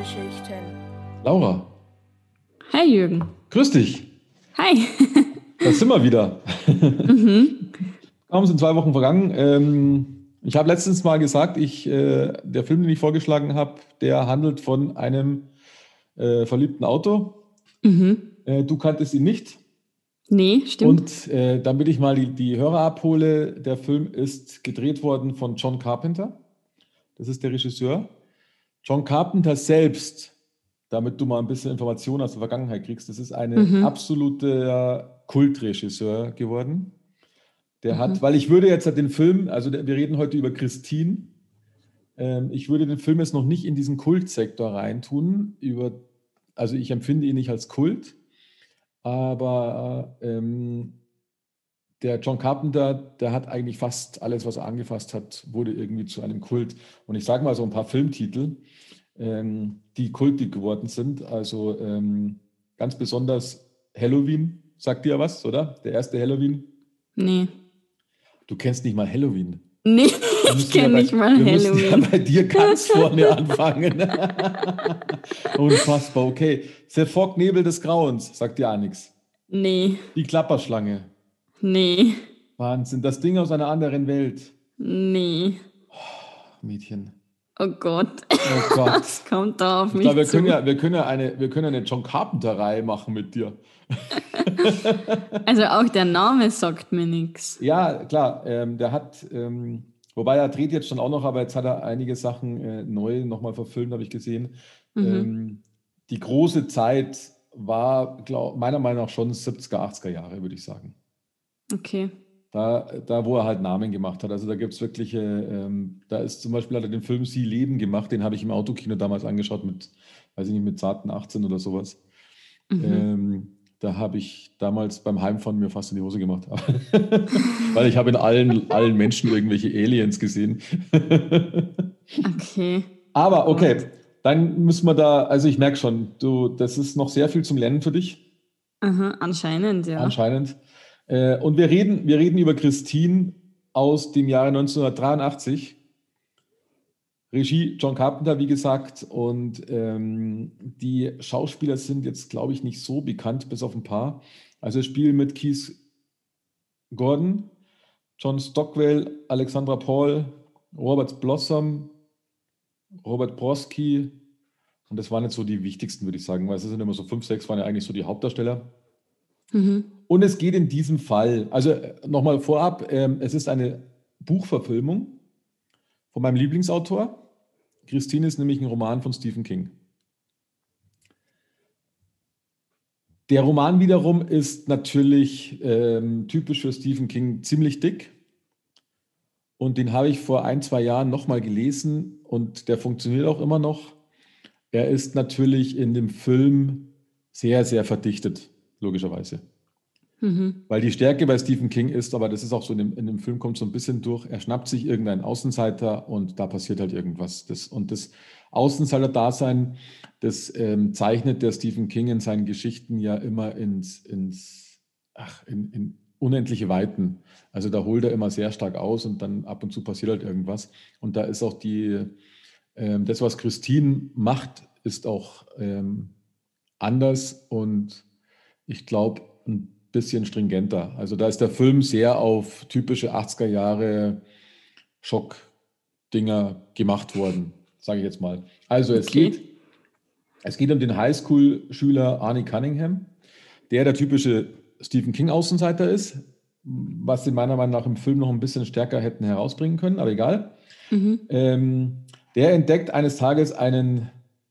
Kurzgeschichten. Laura, Hi Jürgen. grüß dich. Hi. Da sind wir wieder. Kaum sind 2 Wochen vergangen. Ich habe letztens mal gesagt, der Film, den ich vorgeschlagen habe, der handelt von einem verliebten Auto. Du kanntest ihn nicht. Nee, stimmt. Und damit ich mal die Hörer abhole, der Film ist gedreht worden von John Carpenter. Das ist der Regisseur. John Carpenter selbst, damit du mal ein bisschen Informationen aus der Vergangenheit kriegst, das ist ein absoluter Kultregisseur geworden. Der hat, weil ich würde jetzt den Film, wir reden heute über Christine, ich würde den Film jetzt noch nicht in diesen Kultsektor reintun. Also ich empfinde ihn nicht als Kult, aber der John Carpenter, der hat eigentlich fast alles, was er angefasst hat, wurde irgendwie zu einem Kult. Und ich sage mal so ein paar Filmtitel, die kultig geworden sind. Also ganz besonders Halloween, sagt dir ja was, oder? Der erste Halloween. Nee. Du kennst nicht mal Halloween. Nee, ich kenne nicht mal Wir müssen ja Halloween. bei dir ganz vorne anfangen. Unfassbar, okay. Der Fog, Nebel des Grauens, sagt dir auch nichts. Nee, Die Klapperschlange. nee, Wahnsinn, das Ding aus einer anderen Welt. nee. Mädchen. Oh Gott, Oh Gott. was kommt da auf Ich mich glaube, zu? wir können ja eine John Carpenter-Reihe machen mit dir. Also auch der Name sagt mir nichts. Ja, klar, der hat, wobei er dreht jetzt schon auch noch, aber jetzt hat er einige Sachen neu nochmal verfilmt, habe ich gesehen. Die große Zeit war, meiner Meinung nach schon 70er, 80er Jahre, würde ich sagen. Okay. Da, wo er halt Namen gemacht hat. Also da gibt es wirkliche, da ist zum Beispiel, hat er den Film Sie leben gemacht, den habe ich im Autokino damals angeschaut mit, weiß ich nicht, mit zarten 18 oder sowas. Da habe ich damals beim Heimfahren mir fast in die Hose gemacht. Weil ich habe in allen Menschen irgendwelche Aliens gesehen. Okay. Aber okay, dann müssen wir da, also ich merke schon, das ist noch sehr viel zum Lernen für dich, Aha, anscheinend, ja. anscheinend. Und wir reden über Christine aus dem Jahre 1983. Regie John Carpenter, wie gesagt. Und die Schauspieler sind jetzt, glaube ich, nicht so bekannt, bis auf ein paar. Also es spielen mit Keith Gordon, John Stockwell, Alexandra Paul, Robert Blossom, Robert Broski. Und das waren jetzt so die wichtigsten, würde ich sagen, weil es sind immer so 5, 6 waren ja eigentlich so die Hauptdarsteller. Und es geht in diesem Fall, also nochmal vorab, es ist eine Buchverfilmung von meinem Lieblingsautor. Christine ist nämlich ein Roman von Stephen King. Der Roman wiederum ist natürlich typisch für Stephen King ziemlich dick. Und den habe ich vor 1, 2 Jahren nochmal gelesen und der funktioniert auch immer noch. Er ist natürlich in dem Film sehr, sehr verdichtet, logischerweise. Weil die Stärke bei Stephen King ist, aber das ist auch so, in dem Film kommt so ein bisschen durch, er schnappt sich irgendeinen Außenseiter und da passiert halt irgendwas. Und das Außenseiter-Dasein, das zeichnet der Stephen King in seinen Geschichten ja immer in unendliche Weiten. Also da holt er immer sehr stark aus und dann ab und zu passiert halt irgendwas. Und da ist auch das, was Christine macht, ist auch anders und ich glaube, ein bisschen stringenter. Also da ist der Film sehr auf typische 80er Jahre Schock-Dinger gemacht worden, sage ich jetzt mal. Also es geht um den Highschool-Schüler Arnie Cunningham, der typische Stephen King-Außenseiter ist, was sie meiner Meinung nach im Film noch ein bisschen stärker hätten herausbringen können, aber egal. Der entdeckt eines Tages einen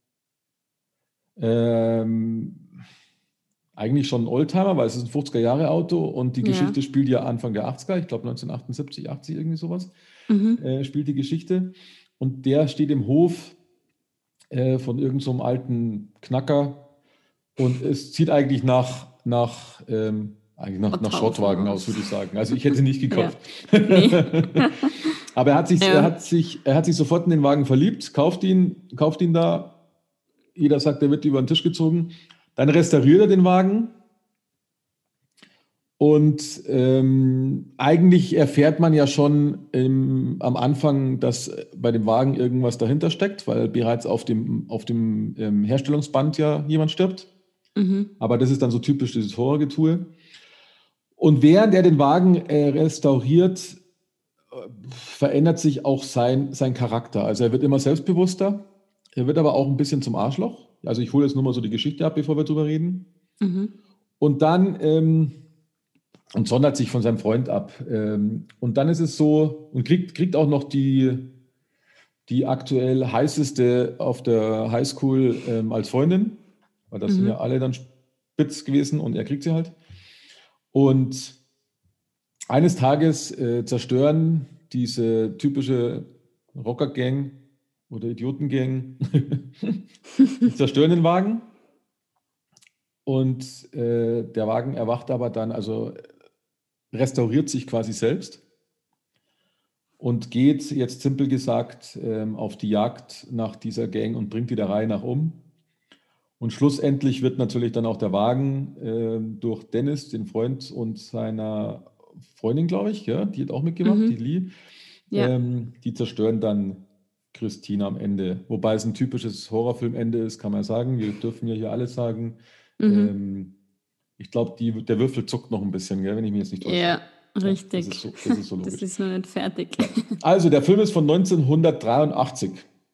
eigentlich schon ein Oldtimer, weil es ist ein 50er-Jahre-Auto und die Geschichte spielt ja Anfang der 80er, ich glaube 1978, 80, irgendwie sowas, spielt die Geschichte. Und der steht im Hof von irgend so einem alten Knacker und es sieht eigentlich nach Schrottwagen aus, würde ich sagen. Also ich hätte nicht gekauft. Ja. Nee. Aber er hat sich sofort in den Wagen verliebt, kauft ihn da. Jeder sagt, der wird über den Tisch gezogen. Dann restauriert er den Wagen Und eigentlich erfährt man ja schon am Anfang, dass bei dem Wagen irgendwas dahinter steckt, weil bereits auf dem Herstellungsband ja jemand stirbt. Aber das ist dann so typisch dieses Horrorgetue. Und während er den Wagen restauriert, verändert sich auch sein Charakter. Also er wird immer selbstbewusster, er wird aber auch ein bisschen zum Arschloch. Also ich hole jetzt nur mal so die Geschichte ab, bevor wir drüber reden. Und dann und sondert sich von seinem Freund ab. Und dann ist es so, und kriegt auch noch die aktuell heißeste auf der Highschool als Freundin, weil das sind ja alle dann spitz gewesen und er kriegt sie halt. Und eines Tages zerstören diese typische Rocker-Gang oder Idioten-Gang, die zerstören den Wagen und der Wagen erwacht aber dann, also restauriert sich quasi selbst und geht jetzt simpel gesagt auf die Jagd nach dieser Gang und bringt die der Reihe nach um. Und schlussendlich wird natürlich dann auch der Wagen durch Dennis, den Freund und seiner Freundin, glaube ich, ja, die hat auch mitgemacht, die Lee, Ja. die zerstören dann Christina am Ende. Wobei es ein typisches Horrorfilmende ist, kann man ja sagen. Wir dürfen ja hier alles sagen. Ich glaube, der Würfel zuckt noch ein bisschen, gell, wenn ich mich jetzt nicht täusche. Ja, richtig. Das ist so logisch. Das ist noch nicht fertig. Also, der Film ist von 1983.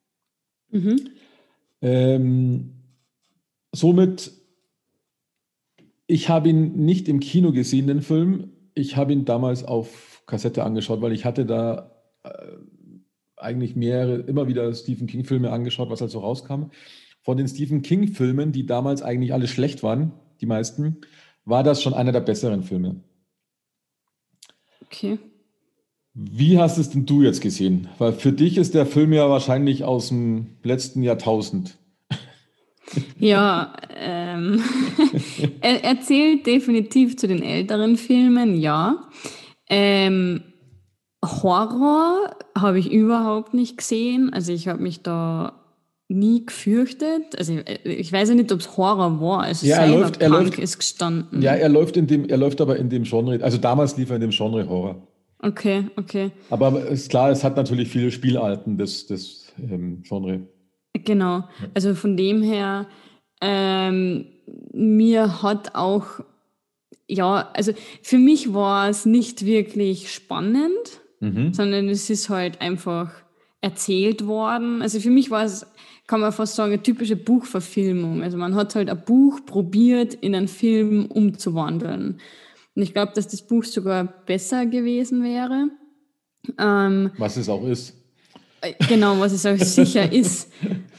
Somit, ich habe ihn nicht im Kino gesehen, den Film. Ich habe ihn damals auf Kassette angeschaut, weil ich hatte da eigentlich immer wieder Stephen King-Filme angeschaut, was halt so rauskam. Von den Stephen King-Filmen, die damals eigentlich alle schlecht waren, die meisten, war das schon einer der besseren Filme. Okay. Wie hast es denn du jetzt gesehen? Weil für dich ist der Film ja wahrscheinlich aus dem letzten Jahrtausend. Ja, er zählt definitiv zu den älteren Filmen, ja. Horror habe ich überhaupt nicht gesehen. Also ich habe mich da nie gefürchtet. Also ich weiß ja nicht, ob es Horror war. Also Ja, Cyberpunk ist gestanden. Ja, er läuft aber in dem Genre, also damals lief er in dem Genre Horror. Okay. Aber ist klar, es hat natürlich viele Spielarten, das Genre. Genau. Also von dem her, mir hat auch, ja, also für mich war es nicht wirklich spannend, sondern es ist halt einfach erzählt worden. Also für mich war es, kann man fast sagen, eine typische Buchverfilmung. Also man hat halt ein Buch probiert, in einen Film umzuwandeln. Und ich glaube, dass das Buch sogar besser gewesen wäre. Was es auch ist. Genau, was es auch sicher ist.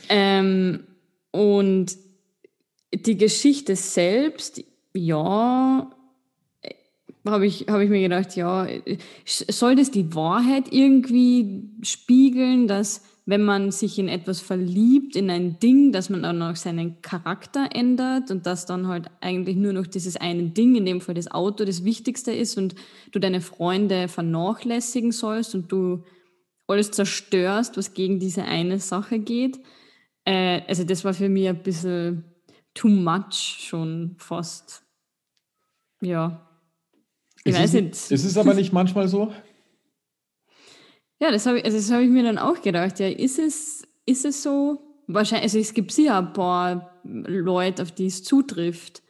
Und die Geschichte selbst, ja, habe ich mir gedacht, ja, soll das die Wahrheit irgendwie spiegeln, dass wenn man sich in etwas verliebt, in ein Ding, dass man dann auch seinen Charakter ändert und dass dann halt eigentlich nur noch dieses eine Ding, in dem Fall das Auto, das Wichtigste ist und du deine Freunde vernachlässigen sollst und du alles zerstörst, was gegen diese eine Sache geht. Also das war für mich ein bisschen too much schon fast. Ja. Ich weiß nicht. Ist es aber nicht manchmal so? Ja, das habe ich mir dann auch gedacht. Ja, ist es so? Wahrscheinlich, also es gibt sicher ein paar Leute, auf die es zutrifft.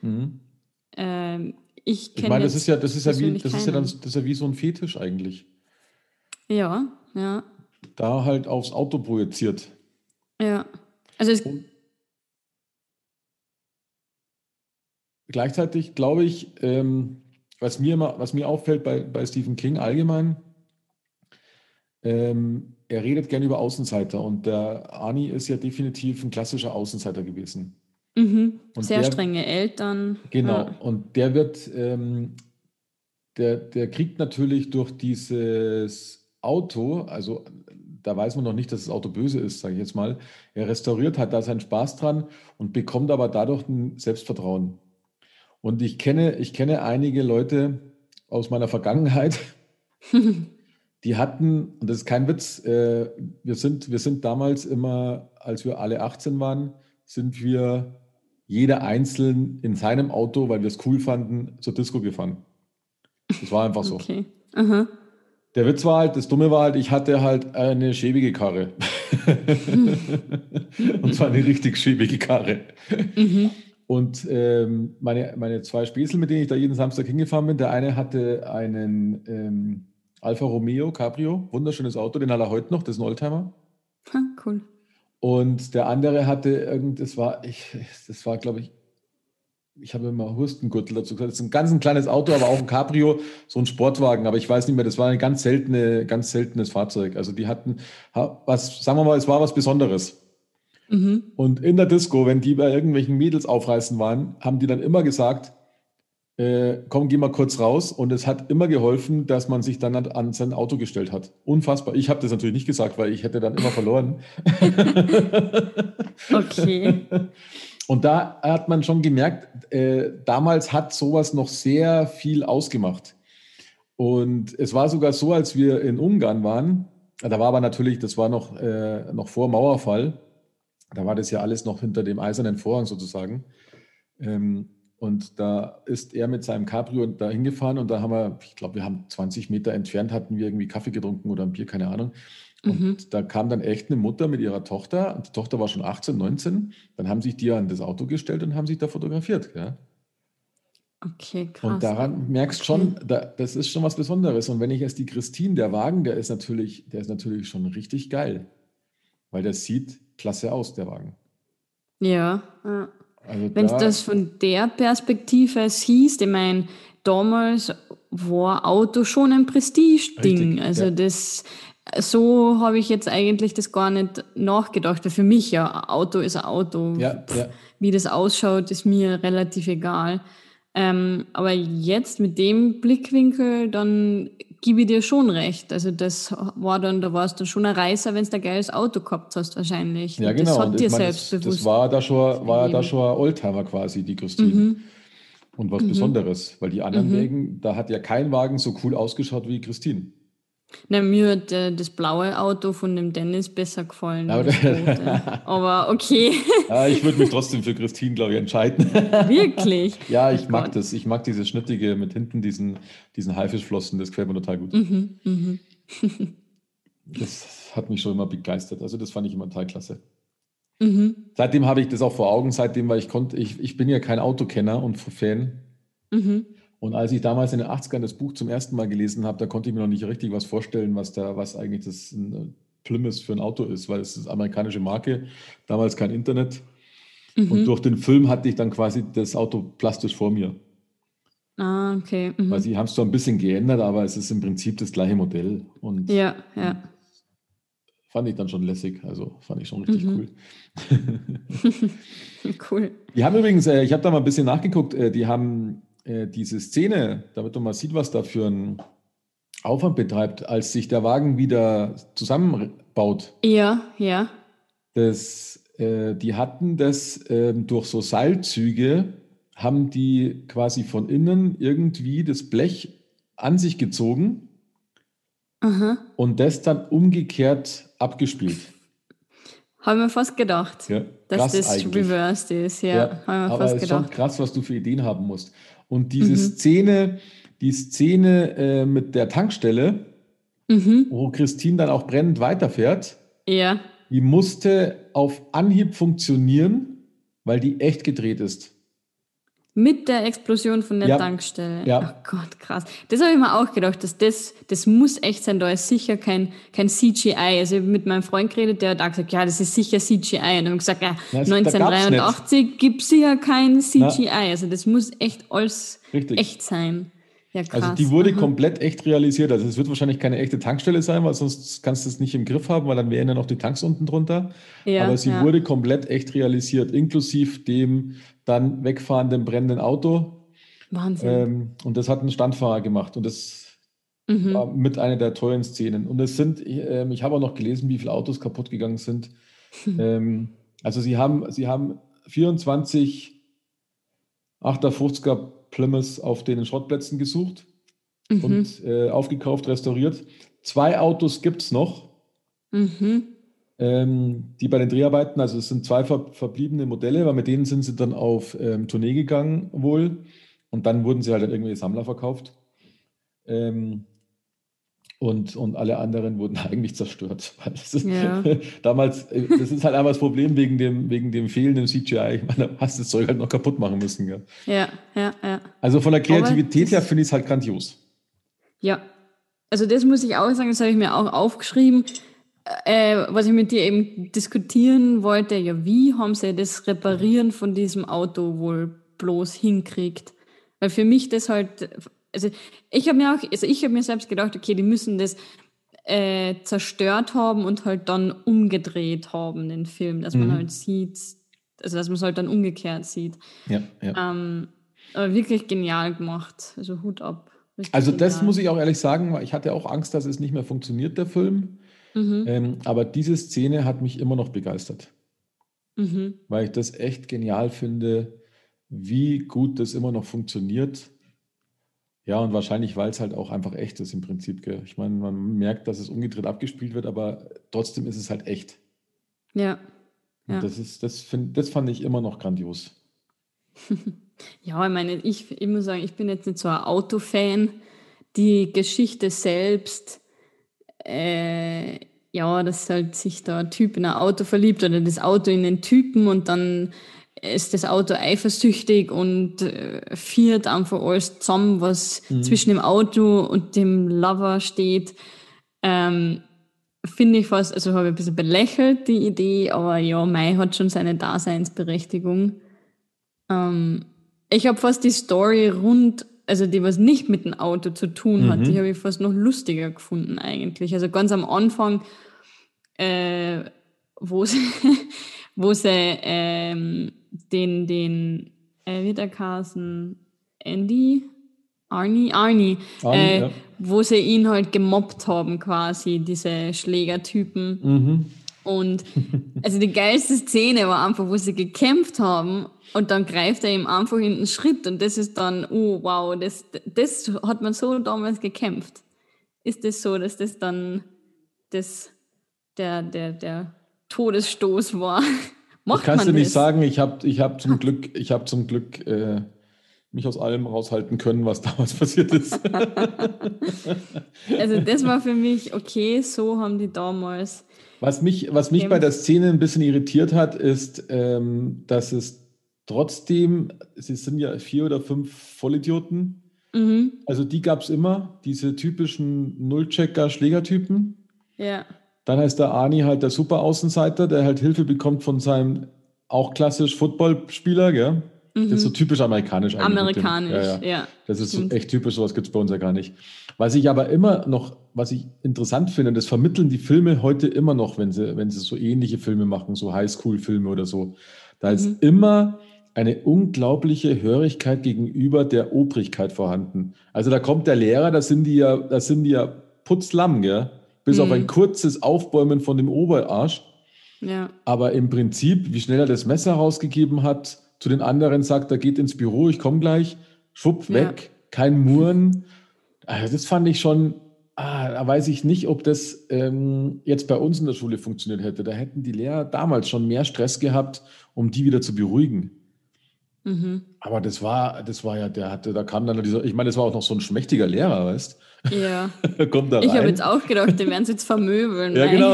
Ich meine, das ist ja keinen. wie so ein Fetisch eigentlich. Ja. Da halt aufs Auto projiziert. Ja. Also gleichzeitig glaube ich, was mir auffällt bei Stephen King allgemein, er redet gerne über Außenseiter und der Arnie ist ja definitiv ein klassischer Außenseiter gewesen. Und sehr strenge Eltern. Genau, Ja. und der wird, der kriegt natürlich durch dieses Auto, also da weiß man noch nicht, dass das Auto böse ist, sage ich jetzt mal. Er restauriert, hat da seinen Spaß dran und bekommt aber dadurch ein Selbstvertrauen. Und ich kenne einige Leute aus meiner Vergangenheit, die hatten, und das ist kein Witz, wir sind damals immer, als wir alle 18 waren, sind wir jeder einzeln in seinem Auto, weil wir es cool fanden, zur Disco gefahren. Das war einfach so. Okay. Aha. Der Witz war halt, das Dumme war halt, ich hatte halt eine schäbige Karre. Und zwar eine richtig schäbige Karre. Mhm. Und meine zwei Späßel, mit denen ich da jeden Samstag hingefahren bin, der eine hatte einen Alfa Romeo Cabrio, wunderschönes Auto, den hat er heute noch, das ist ein Oldtimer. Ha, cool. Und der andere hatte das war, glaube ich, ich habe immer Hurstengürtel dazu gesagt. Das ist ein ganz ein kleines Auto, aber auch ein Cabrio, so ein Sportwagen. Aber ich weiß nicht mehr, das war ein ganz seltenes Fahrzeug. Also die hatten was, sagen wir mal, es war was Besonderes. Mhm. Und in der Disco, wenn die bei irgendwelchen Mädels aufreißen waren, haben die dann immer gesagt, komm, geh mal kurz raus. Und es hat immer geholfen, dass man sich dann an sein Auto gestellt hat. Unfassbar. Ich habe das natürlich nicht gesagt, weil ich hätte dann immer verloren. Okay. Und da hat man schon gemerkt, damals hat sowas noch sehr viel ausgemacht. Und es war sogar so, als wir in Ungarn waren, da war aber natürlich, das war noch vor Mauerfall, da war das ja alles noch hinter dem eisernen Vorhang sozusagen. Ähm, und da ist er mit seinem Cabrio da hingefahren und da haben wir, ich glaube, wir haben 20 Meter entfernt, hatten wir irgendwie Kaffee getrunken oder ein Bier, keine Ahnung. Mhm. Und da kam dann echt eine Mutter mit ihrer Tochter. Und die Tochter war schon 18, 19. Dann haben sich die an das Auto gestellt und haben sich da fotografiert. Ja? Okay, Und krass. daran merkst Okay. schon, das ist schon was Besonderes. Und wenn ich jetzt die Christine, der Wagen, der ist natürlich schon richtig geil. Weil der sieht klasse aus, der Wagen. Ja. Ja. Also Wenn du da, das von der Perspektive siehst, ich meine, damals war Auto schon ein Prestigeding. richtig, Also ja, das, so habe ich jetzt eigentlich das gar nicht nachgedacht. Weil für mich ja, Auto ist ein Auto. ja, ja. Wie das ausschaut, ist mir relativ egal. Aber jetzt mit dem Blickwinkel, dann gebe ich dir schon recht. Also das war dann, da warst du schon ein Reißer, wenn du ein geiles Auto gehabt hast wahrscheinlich. Ja, Und das genau. Und hat ich dir meine, das Selbstbewusstsein war da gegeben. schon ein Oldtimer quasi, die Christine. Und was Besonderes, weil die anderen Wägen, da hat ja kein Wagen so cool ausgeschaut wie Christine. Na, mir hat das blaue Auto von dem Dennis besser gefallen wie Aber das rote. Aber okay, ja, ich würde mich trotzdem für Christine, glaube ich, entscheiden. wirklich. Ja, Oh ich mag Gott. das. Ich mag dieses Schnittige mit hinten diesen Haifischflossen. Das gefällt mir total gut. Das hat mich schon immer begeistert. Also das fand ich immer total klasse. Seitdem habe ich das auch vor Augen, weil ich bin ja kein Autokenner und Fan. Und als ich damals in den 80ern das Buch zum ersten Mal gelesen habe, da konnte ich mir noch nicht richtig was vorstellen, was eigentlich das ein Plymouth für ein Auto ist, weil es ist eine amerikanische Marke, damals kein Internet. Und durch den Film hatte ich dann quasi das Auto plastisch vor mir. Ah, okay. Weil sie haben es zwar ein bisschen geändert, aber es ist im Prinzip das gleiche Modell. Ja, ja. Und fand ich dann schon lässig. Also fand ich schon richtig cool. Cool. Die haben übrigens, ich habe da mal ein bisschen nachgeguckt, die haben diese Szene, damit man mal sieht, was da für ein Aufwand betreibt, als sich der Wagen wieder zusammenbaut. Ja, ja. Die hatten das durch so Seilzüge, haben die quasi von innen irgendwie das Blech an sich gezogen und das dann umgekehrt abgespielt. Habe mir fast gedacht, Ja, dass krass das eigentlich. reversed ist. Ja, Ja, habe mir aber fast es ist schon gedacht. krass, was du für Ideen haben musst. Und die Szene mit der Tankstelle, wo Christine dann auch brennend weiterfährt, Ja. die musste auf Anhieb funktionieren, weil die echt gedreht ist. Mit der Explosion von der Ja, Tankstelle. Oh ja, Gott, krass. Das habe ich mir auch gedacht, dass das muss echt sein. Da ist sicher kein CGI. Also ich habe mit meinem Freund geredet, der hat auch gesagt, ja, das ist sicher CGI. Und dann habe ich gesagt, ja, da gab es nicht. 1983 gibt es sicher kein Na, CGI. Also das muss echt alles richtig. echt sein. Ja, Also die krass. wurde Aha. komplett echt realisiert. Also es wird wahrscheinlich keine echte Tankstelle sein, weil sonst kannst du es nicht im Griff haben, weil dann wären ja noch die Tanks unten drunter. Aber Ja, sie ja. wurde komplett echt realisiert, inklusive dem dann wegfahrenden brennenden Auto. Wahnsinn. Und das hat ein Standfahrer gemacht. Und das war mit einer der tollen Szenen. Und ich habe auch noch gelesen, wie viele Autos kaputt gegangen sind. Also sie haben 24 58er Plymouths auf den Schrottplätzen gesucht und aufgekauft, restauriert. 2 Autos gibt es noch, die bei den Dreharbeiten, also es sind 2 verbliebene Modelle, aber mit denen sind sie dann auf Tournee gegangen wohl. Und dann wurden sie halt an irgendwelche Sammler verkauft. Ähm, und alle anderen wurden eigentlich zerstört. Weil das ist, Ja, damals, das ist halt einfach das Problem wegen dem fehlenden CGI. Ich meine, da hast du das Zeug halt noch kaputt machen müssen. Gell? ja, ja, ja. Also von der Aber Kreativität her das, finde ich es halt grandios. ja, also das muss ich auch sagen, das habe ich mir auch aufgeschrieben. Was ich mit dir eben diskutieren wollte, ja, wie haben sie das Reparieren von diesem Auto wohl bloß hinkriegt? Weil für mich das halt, also ich habe mir selbst gedacht, okay, die müssen das zerstört haben und halt dann umgedreht haben, den Film, dass man halt Mhm. sieht, also dass man es halt dann umgekehrt sieht. Ja, ja. Aber wirklich genial gemacht. Also Hut ab. Richtig Also das genial. muss ich auch ehrlich sagen, weil ich hatte auch Angst, dass es nicht mehr funktioniert, der Film. Mhm. Aber diese Szene hat mich immer noch begeistert, Mhm. weil ich das echt genial finde, wie gut das immer noch funktioniert. Ja, und wahrscheinlich, weil es halt auch einfach echt ist im Prinzip. Gell? Ich meine, man merkt, dass es umgedreht abgespielt wird, aber trotzdem ist es halt echt. Ja, Und ja. das fand ich immer noch grandios. Ja, ich meine, ich muss sagen, ich bin jetzt nicht so ein Autofan. Die Geschichte selbst, äh, ja, dass halt sich da ein Typ in ein Auto verliebt oder das Auto in den Typen und dann ist das Auto eifersüchtig und viert einfach alles zusammen, was zwischen Mhm. dem Auto und dem Lover steht. Finde ich fast, also habe ich ein bisschen belächelt, die Idee, aber ja, Mai hat schon seine Daseinsberechtigung. Ich habe fast die Story rund, also die was nicht mit dem Auto zu tun hat, die habe Mhm. ich fast noch lustiger gefunden eigentlich. Also ganz am Anfang, wo sie, wo sie wie der Carson, Andy, Arnie, Arnie, ja. wo sie ihn halt gemobbt haben quasi, diese Schlägertypen. Mhm. Und also die geilste Szene war einfach, wo sie gekämpft haben und dann greift er ihm einfach in den Schritt und das ist dann, oh wow, das hat man so damals gekämpft. Ist das so, dass das dann das, der Todesstoß war? Ich Macht kann es dir man nicht das? sagen, ich hab zum Glück mich aus allem raushalten können, was damals passiert ist. Also das war für mich, okay, so haben die damals Was mich bei der gekämpft. Szene ein bisschen irritiert hat, ist, dass es trotzdem, es sind ja 4 oder 5 Vollidioten, Mhm, also die gab es immer, diese typischen Nullchecker-Schlägertypen. ja, Dann heißt der Arni halt der Super-Außenseiter, der halt Hilfe bekommt von seinem auch klassisch Footballspieler, gell? Das ist so mhm. typisch amerikanisch eigentlich mit dem. Ja, Amerikanisch, ja. ja, Das ist so stimmt. echt typisch, sowas gibt es bei uns ja gar nicht. Was ich interessant finde, und das vermitteln die Filme heute immer noch, wenn sie so ähnliche Filme machen, so Highschool-Filme oder so. Da ist Mhm, immer eine unglaubliche Hörigkeit gegenüber der Obrigkeit vorhanden. Also da kommt der Lehrer, da sind die ja putzlamm, gell? Bis auf ein mhm, kurzes Aufbäumen von dem Oberarsch. ja, Aber im Prinzip, wie schnell er das Messer rausgegeben hat, zu den anderen sagt, er geht ins Büro, ich komme gleich, schwupp, ja. weg, kein Murren. Also das fand ich schon, da weiß ich nicht, ob das jetzt bei uns in der Schule funktioniert hätte. Da hätten die Lehrer damals schon mehr Stress gehabt, um die wieder zu beruhigen. Mhm. Aber das war ja, da kam dann dieser, ich meine, das war auch noch so ein schmächtiger Lehrer, weißt Ja. du? Da kommt er Ich habe jetzt rein. auch gedacht, die werden es jetzt vermöbeln, Ja, mei. genau.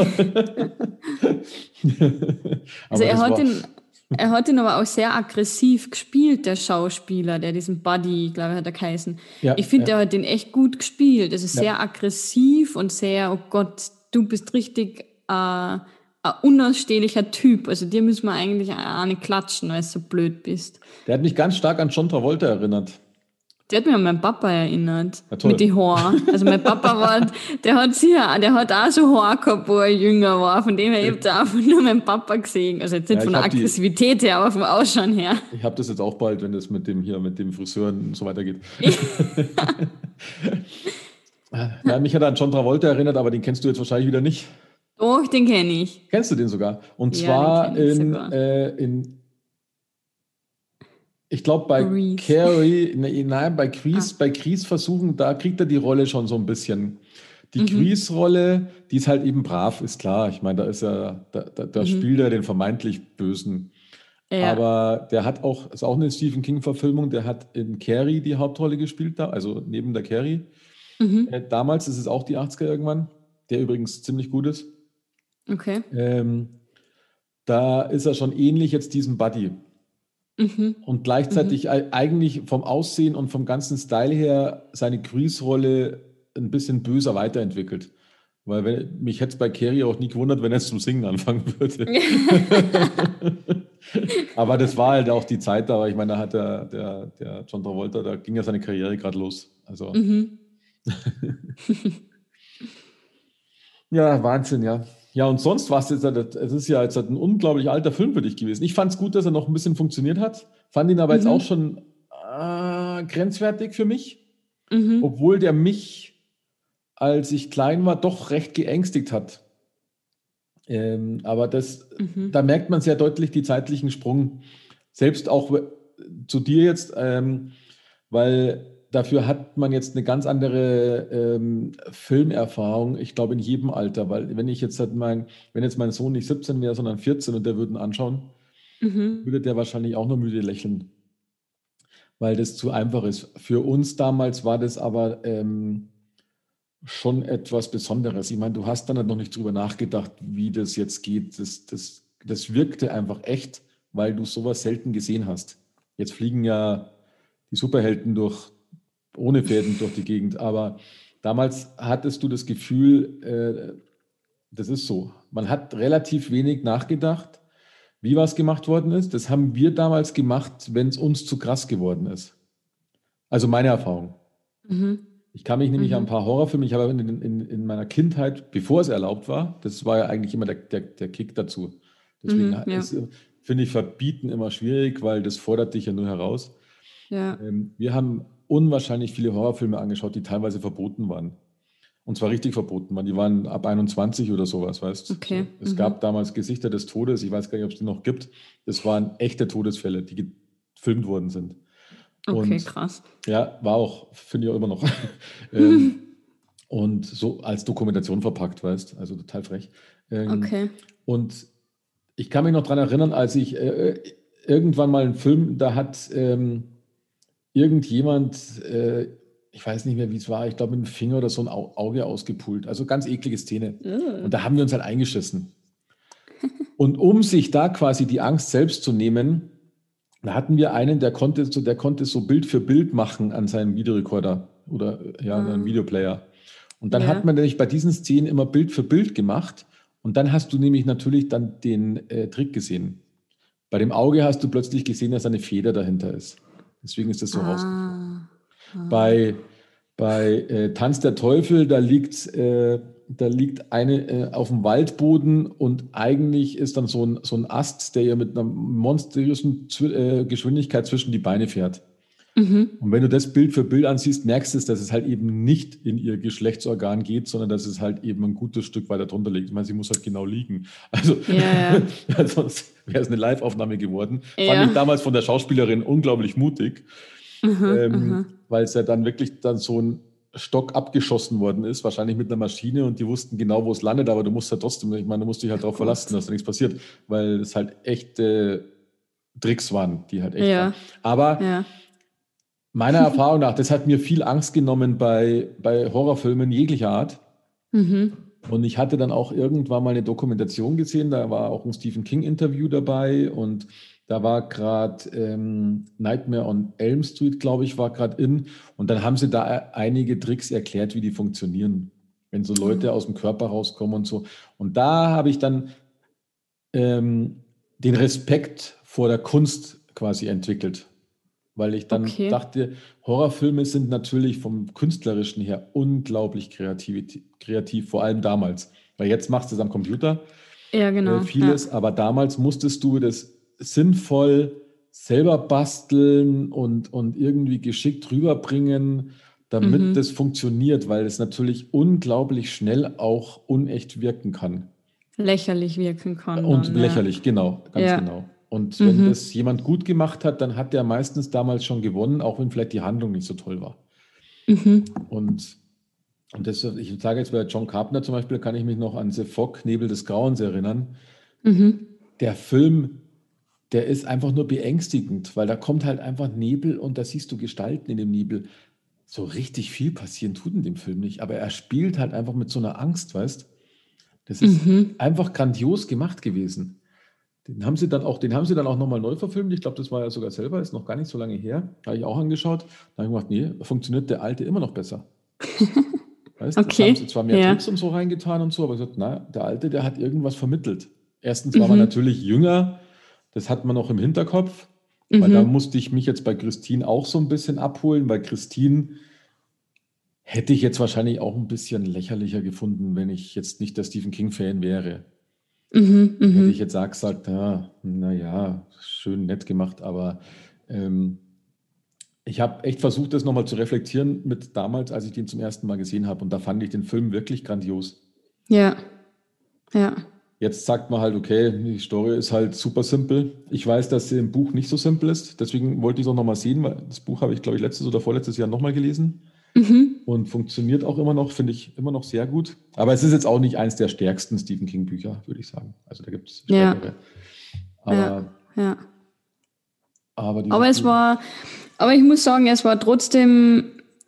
Also Aber das war, er hat ihn aber auch sehr aggressiv gespielt, der Schauspieler, der diesen Buddy, glaube ich, hat er geheißen. Ich ja, finde, ja, der hat den echt gut gespielt. Also ja. sehr aggressiv und sehr, oh Gott, du bist richtig ein unausstehlicher Typ. Also dir müssen wir eigentlich auch nicht klatschen, weil du so blöd bist. Der hat mich ganz stark an John Travolta erinnert. Der hat mich an meinen Papa erinnert. Ja, Mit toll. den Haaren. Also mein Papa war, der hat auch so Haar gehabt, wo er jünger war. Von dem her, ich hab da einfach nur meinen Papa gesehen. Also jetzt nicht Ja, von ich der habe Aggressivität her, aber vom Ausschauen her. ich hab das jetzt auch bald, wenn das mit dem Friseur und so weitergeht. Ja, mich hat er an John Travolta erinnert, aber den kennst du jetzt wahrscheinlich wieder nicht. Doch, den kenne ich. Kennst du den sogar? Und Ja, den zwar kenne ich sogar. ich glaube, bei Grease. Carrie, nee, nein, bei Ah. Grease, bei Grease versuchen, da kriegt er die Rolle schon so ein bisschen. Die Mhm. Grease-Rolle, die ist halt eben brav, ist klar. Ich meine, da Mhm. spielt er den vermeintlich Bösen. Ja. Aber der hat auch, ist auch eine Stephen King-Verfilmung, der hat in Carrie die Hauptrolle gespielt da, also neben der Carrie. Mhm. Damals, das ist auch die 80er irgendwann, der übrigens ziemlich gut ist. Okay. Ähm, Da ist er schon ähnlich jetzt diesem Buddy. Mhm. Und Mhm. gleichzeitig eigentlich vom Aussehen und vom ganzen Style her seine Grease-Rolle ein bisschen böser weiterentwickelt. Weil mich hätte es bei Carrie auch nie gewundert, wenn er zum Singen anfangen würde. Aber das war halt auch die Zeit da, aber ich meine, da hat der John Travolta, da ging ja seine Karriere gerade los. Also, Mhm. ja, Wahnsinn, ja. Ja, und sonst war es jetzt, es ist ja jetzt ein unglaublich alter Film für dich gewesen. Ich fand es gut, dass er noch ein bisschen funktioniert hat, fand ihn aber jetzt auch Mhm. schon grenzwertig für mich, Mhm. obwohl der mich, als ich klein war, doch recht geängstigt hat. Aber Mhm. da merkt man sehr deutlich die zeitlichen Sprung. Selbst auch zu dir jetzt, weil dafür hat man jetzt eine ganz andere Filmerfahrung, ich glaube in jedem Alter, weil wenn jetzt mein Sohn nicht 17 wäre, sondern 14 und der würde ihn anschauen, Mhm. würde der wahrscheinlich auch nur müde lächeln, weil das zu einfach ist. Für uns damals war das aber schon etwas Besonderes. Ich meine, du hast dann halt noch nicht drüber nachgedacht, wie das jetzt geht. Das wirkte einfach echt, weil du sowas selten gesehen hast. Jetzt fliegen ja die Superhelden ohne Fäden durch die Gegend, aber damals hattest du das Gefühl, das ist so. Man hat relativ wenig nachgedacht, wie was gemacht worden ist. Das haben wir damals gemacht, wenn es uns zu krass geworden ist. Also meine Erfahrung. Mhm. Ich kann mich nämlich an ein Mhm. paar Horrorfilme, ich habe in meiner Kindheit, bevor es erlaubt war, das war ja eigentlich immer der Kick dazu. Deswegen Mhm. Ja. finde ich Verbieten immer schwierig, weil das fordert dich ja nur heraus. Ja. Wir haben unwahrscheinlich viele Horrorfilme angeschaut, die teilweise verboten waren. Und zwar richtig verboten waren. Die waren ab 21 oder sowas, weißt Okay. so. Es gab Mhm. damals Gesichter des Todes, ich weiß gar nicht, ob es die noch gibt. Das waren echte Todesfälle, die gefilmt worden sind. Okay, Und krass. ja, war auch, finde ich auch immer noch. ähm, und so als Dokumentation verpackt, weißt, also total frech. Ähm, Okay. und ich kann mich noch daran erinnern, als ich irgendwann mal einen Film, da hat irgendjemand, ich weiß nicht mehr, wie es war, ich glaube mit dem Finger oder so ein Auge ausgepult. Also ganz eklige Szene. Und Ugh. da haben wir uns halt eingeschissen. Und um sich da quasi die Angst selbst zu nehmen, da hatten wir einen, der konnte so Bild für Bild machen an seinem Videorekorder oder ja, an einem Ah, Videoplayer. Und dann hat ja. man nämlich bei diesen Szenen immer Bild für Bild gemacht. Und dann hast du nämlich natürlich dann den Trick gesehen. Bei dem Auge hast du plötzlich gesehen, dass eine Feder dahinter ist. Deswegen ist das so rausgeflogen. Ah. Ah. Bei, bei Tanz der Teufel, da liegt eine auf dem Waldboden und eigentlich ist dann so ein Ast, der ihr mit einer monströsen Geschwindigkeit zwischen die Beine fährt. Mhm. Und wenn du das Bild für Bild ansiehst, merkst du, dass es halt eben nicht in ihr Geschlechtsorgan geht, sondern dass es halt eben ein gutes Stück weiter drunter liegt. Ich meine, sie muss halt genau liegen. Also, Ja, ja. sonst wäre es eine Live-Aufnahme geworden. Fand ich Ja. damals von der Schauspielerin unglaublich mutig, Aha, aha. weil es ja dann wirklich dann so ein Stock abgeschossen worden ist, wahrscheinlich mit einer Maschine und die wussten genau, wo es landet, aber du musst halt trotzdem, ich meine, du musst dich halt Oh darauf verlassen, Gott. dass da nichts passiert, weil es halt echte Tricks waren, die halt echt waren. Ja, Aber ja. meiner Erfahrung nach, das hat mir viel Angst genommen bei Horrorfilmen jeglicher Art. Mhm. Und ich hatte dann auch irgendwann mal eine Dokumentation gesehen, da war auch ein Stephen King-Interview dabei und da war gerade Nightmare on Elm Street, glaube ich, war gerade in. Und dann haben sie da einige Tricks erklärt, wie die funktionieren, wenn so Leute aus dem Körper rauskommen und so. Und da habe ich dann ähm, den Respekt vor der Kunst quasi entwickelt, weil ich dann Okay. dachte, Horrorfilme sind natürlich vom Künstlerischen her unglaublich kreativ, vor allem damals. Weil jetzt machst du es am Computer, Ja, genau. Ja. vieles, aber damals musstest du das sinnvoll selber basteln und irgendwie geschickt rüberbringen, damit das Mhm. funktioniert, weil es natürlich unglaublich schnell auch unecht wirken kann. Lächerlich wirken kann Und dann, ja. lächerlich, genau, ganz Ja. genau. Und wenn Mhm. das jemand gut gemacht hat, dann hat der meistens damals schon gewonnen, auch wenn vielleicht die Handlung nicht so toll war. Mhm. Und, und das, ich sage jetzt bei John Carpenter zum Beispiel, kann ich mich noch an The Fog, Nebel des Grauens erinnern. Mhm. Der Film, der ist einfach nur beängstigend, weil da kommt halt einfach Nebel und da siehst du Gestalten in dem Nebel. so richtig viel passieren tut in dem Film nicht. Aber er spielt halt einfach mit so einer Angst, weißt? Das ist einfach grandios gemacht gewesen. Den haben sie dann auch nochmal neu verfilmt. Ich glaube, das war ja sogar selber, ist noch gar nicht so lange her. Habe ich auch angeschaut. Da habe ich gedacht, nee, funktioniert der alte immer noch besser. Weißt, jetzt haben sie Okay, zwar mehr ja. Tricks und so reingetan und so, aber gesagt, na, der Alte, der hat irgendwas vermittelt. Erstens war man natürlich jünger, das hat man noch im Hinterkopf, weil da musste ich mich jetzt bei Christine auch so ein bisschen abholen, weil Christine hätte ich jetzt wahrscheinlich auch ein bisschen lächerlicher gefunden, wenn ich jetzt nicht der Stephen King-Fan wäre. Hätte ich jetzt auch gesagt, ja, naja, schön nett gemacht, aber ähm, ich habe echt versucht, das nochmal zu reflektieren mit damals, als ich den zum ersten Mal gesehen habe. Und da fand ich den Film wirklich grandios. Ja, ja. Jetzt sagt man halt, okay, die Story ist halt super simpel. Ich weiß, dass sie im Buch nicht so simpel ist. Deswegen wollte ich es auch nochmal sehen, weil das Buch habe ich, glaube ich, letztes oder vorletztes Jahr nochmal gelesen. Und funktioniert auch immer noch, finde ich immer noch sehr gut. Aber es ist jetzt auch nicht eins der stärksten Stephen King-Bücher, würde ich sagen. Also da gibt es Ja, stärkere. ja, Aber, ja. aber Aber dieses Buch. aber ich muss sagen, es war trotzdem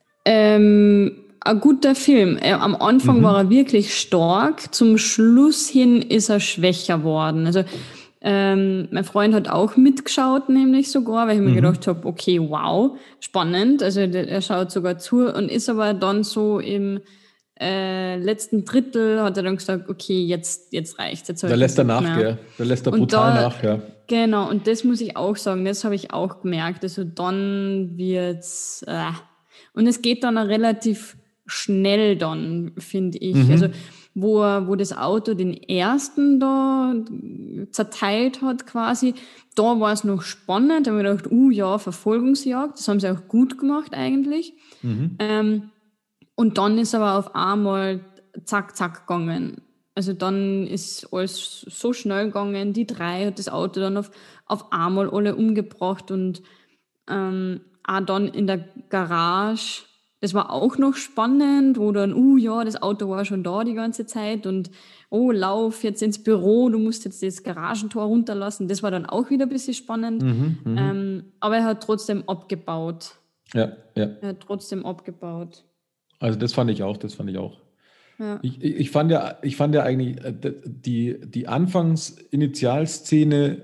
ein guter Film. Am Anfang war er wirklich stark, zum Schluss hin ist er schwächer worden. Also mein Freund hat auch mitgeschaut, nämlich sogar, weil ich mir gedacht habe, okay, wow, spannend. Also er schaut sogar zu und ist aber dann so im letzten Drittel hat er dann gesagt, okay, jetzt reicht's, jetzt habe Da ich keinen lässt er Bock nach, mehr. gell? Da lässt er Und brutal da, nach, ja. genau, und das muss ich auch sagen, das habe ich auch gemerkt. Also dann wird's, und es geht dann auch relativ schnell dann, finde ich. Also wo das Auto den ersten da zerteilt hat quasi, da war es noch spannend. Da habe ich gedacht, ja, Verfolgungsjagd, das haben sie auch gut gemacht eigentlich. Und dann ist aber auf einmal zack, zack gegangen. Also dann ist alles so schnell gegangen. Die drei hat das Auto dann auf einmal alle umgebracht und auch dann in der Garage. Das war auch noch spannend, wo dann, ja, das Auto war schon da die ganze Zeit und oh, lauf jetzt ins Büro, du musst jetzt das Garagentor runterlassen. Das war dann auch wieder ein bisschen spannend. Aber er hat trotzdem abgebaut. Ja, ja. Er hat trotzdem abgebaut. Also das fand ich auch, das fand ich auch. Ja. Ich fand ja eigentlich die Anfangsinitialszene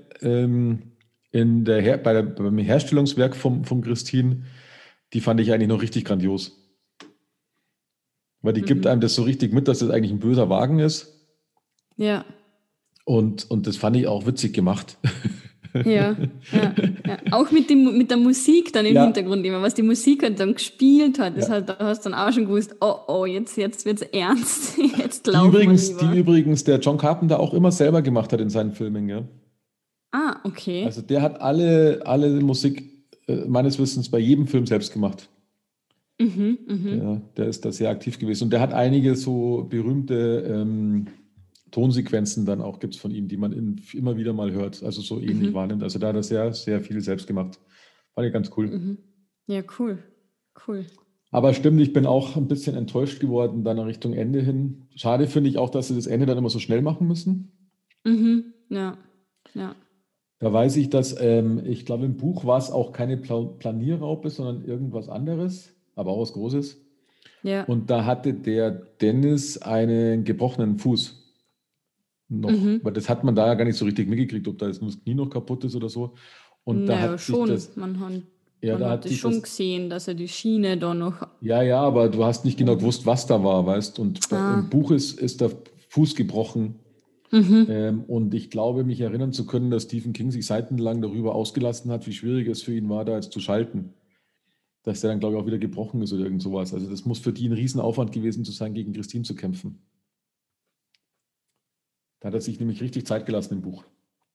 beim Herstellungswerk vom Christine, die fand ich eigentlich noch richtig grandios. Weil die gibt einem das so richtig mit, dass das eigentlich ein böser Wagen ist. Ja. Und das fand ich auch witzig gemacht. Ja, ja, ja. Auch mit der Musik dann im Ja, Hintergrund immer, was die Musik halt dann gespielt hat, ja. da hast du dann auch schon gewusst, oh, jetzt wird's ernst, jetzt Die laufen wir übrigens, die lieber. übrigens der John Carpenter auch immer selber gemacht hat in seinen Filmen, ja. Ah, okay. Also der hat alle Musik meines Wissens bei jedem Film selbst gemacht. Der ist da sehr aktiv gewesen. Und der hat einige so berühmte Tonsequenzen dann auch gibt es von ihm, die man immer wieder mal hört, also so ähnlich wahrnimmt. Also da hat er sehr, sehr viel selbst gemacht. Fand ich ganz cool. Ja, cool. Cool. Aber stimmt, ich bin auch ein bisschen enttäuscht geworden, dann Richtung Ende hin. Schade finde ich auch, dass sie das Ende dann immer so schnell machen müssen. Ja, ja. Da weiß ich, dass, ich glaube, im Buch war es auch keine Planierraupe, sondern irgendwas anderes, aber auch was Großes. Ja. Und da hatte der Dennis einen gebrochenen Fuß noch, weil das hat man da ja gar nicht so richtig mitgekriegt, ob da jetzt nur das Knie noch kaputt ist oder so. Und da Naja, hat sich schon. das, Man da hat hat das sich schon das, gesehen, dass er die Schiene da noch. ja, aber du hast nicht genau gewusst, was da war, weißt. Und im Buch ist der Fuß gebrochen. Und ich glaube, mich erinnern zu können, dass Stephen King sich seitenlang darüber ausgelassen hat, wie schwierig es für ihn war, da jetzt zu schalten. Dass der dann, glaube ich, auch wieder gebrochen ist oder irgend sowas. Also das muss für die ein Riesenaufwand gewesen zu sein, gegen Christine zu kämpfen. Da hat er sich nämlich richtig Zeit gelassen im Buch.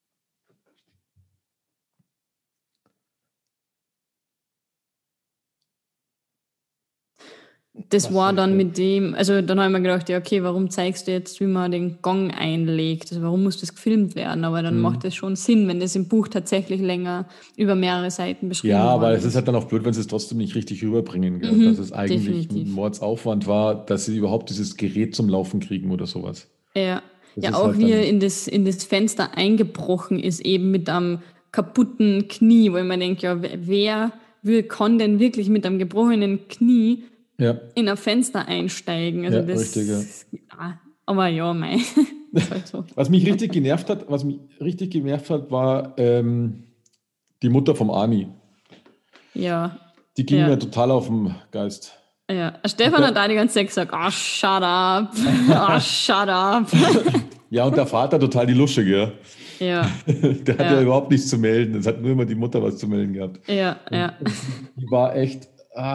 Das Was war soll ich dann da? mit dem, also dann habe ich mir gedacht, ja, okay, warum zeigst du jetzt, wie man den Gong einlegt? Also warum muss das gefilmt werden? Aber dann macht das schon Sinn, wenn das im Buch tatsächlich länger über mehrere Seiten Ja, beschrieben aber worden es ist ist. halt dann auch blöd, wenn sie es trotzdem nicht richtig rüberbringen, gell? Dass es eigentlich ein Definitiv. Mordsaufwand war, dass sie überhaupt dieses Gerät zum Laufen kriegen oder sowas. Ja. Das Ja, ist auch halt wie er dann, in das Fenster eingebrochen ist, eben mit einem kaputten Knie, wo ich mir denke, ja, wer kann denn wirklich mit einem gebrochenen Knie Ja, in ein Fenster einsteigen? Also ja, richtig, ja. Aber ja, mei, ist halt so. Was mich richtig genervt hat, war die Mutter vom Arnie. Ja, Die ging ja. mir total auf den Geist. Ja, Stefan hat auch die ganze Zeit gesagt, shut up, shut up. Ja, und der Vater total die Lusche, gell? Ja, Der hat ja ja, überhaupt nichts zu melden. Es hat nur immer die Mutter was zu melden gehabt. ja, ja. Und die war echt,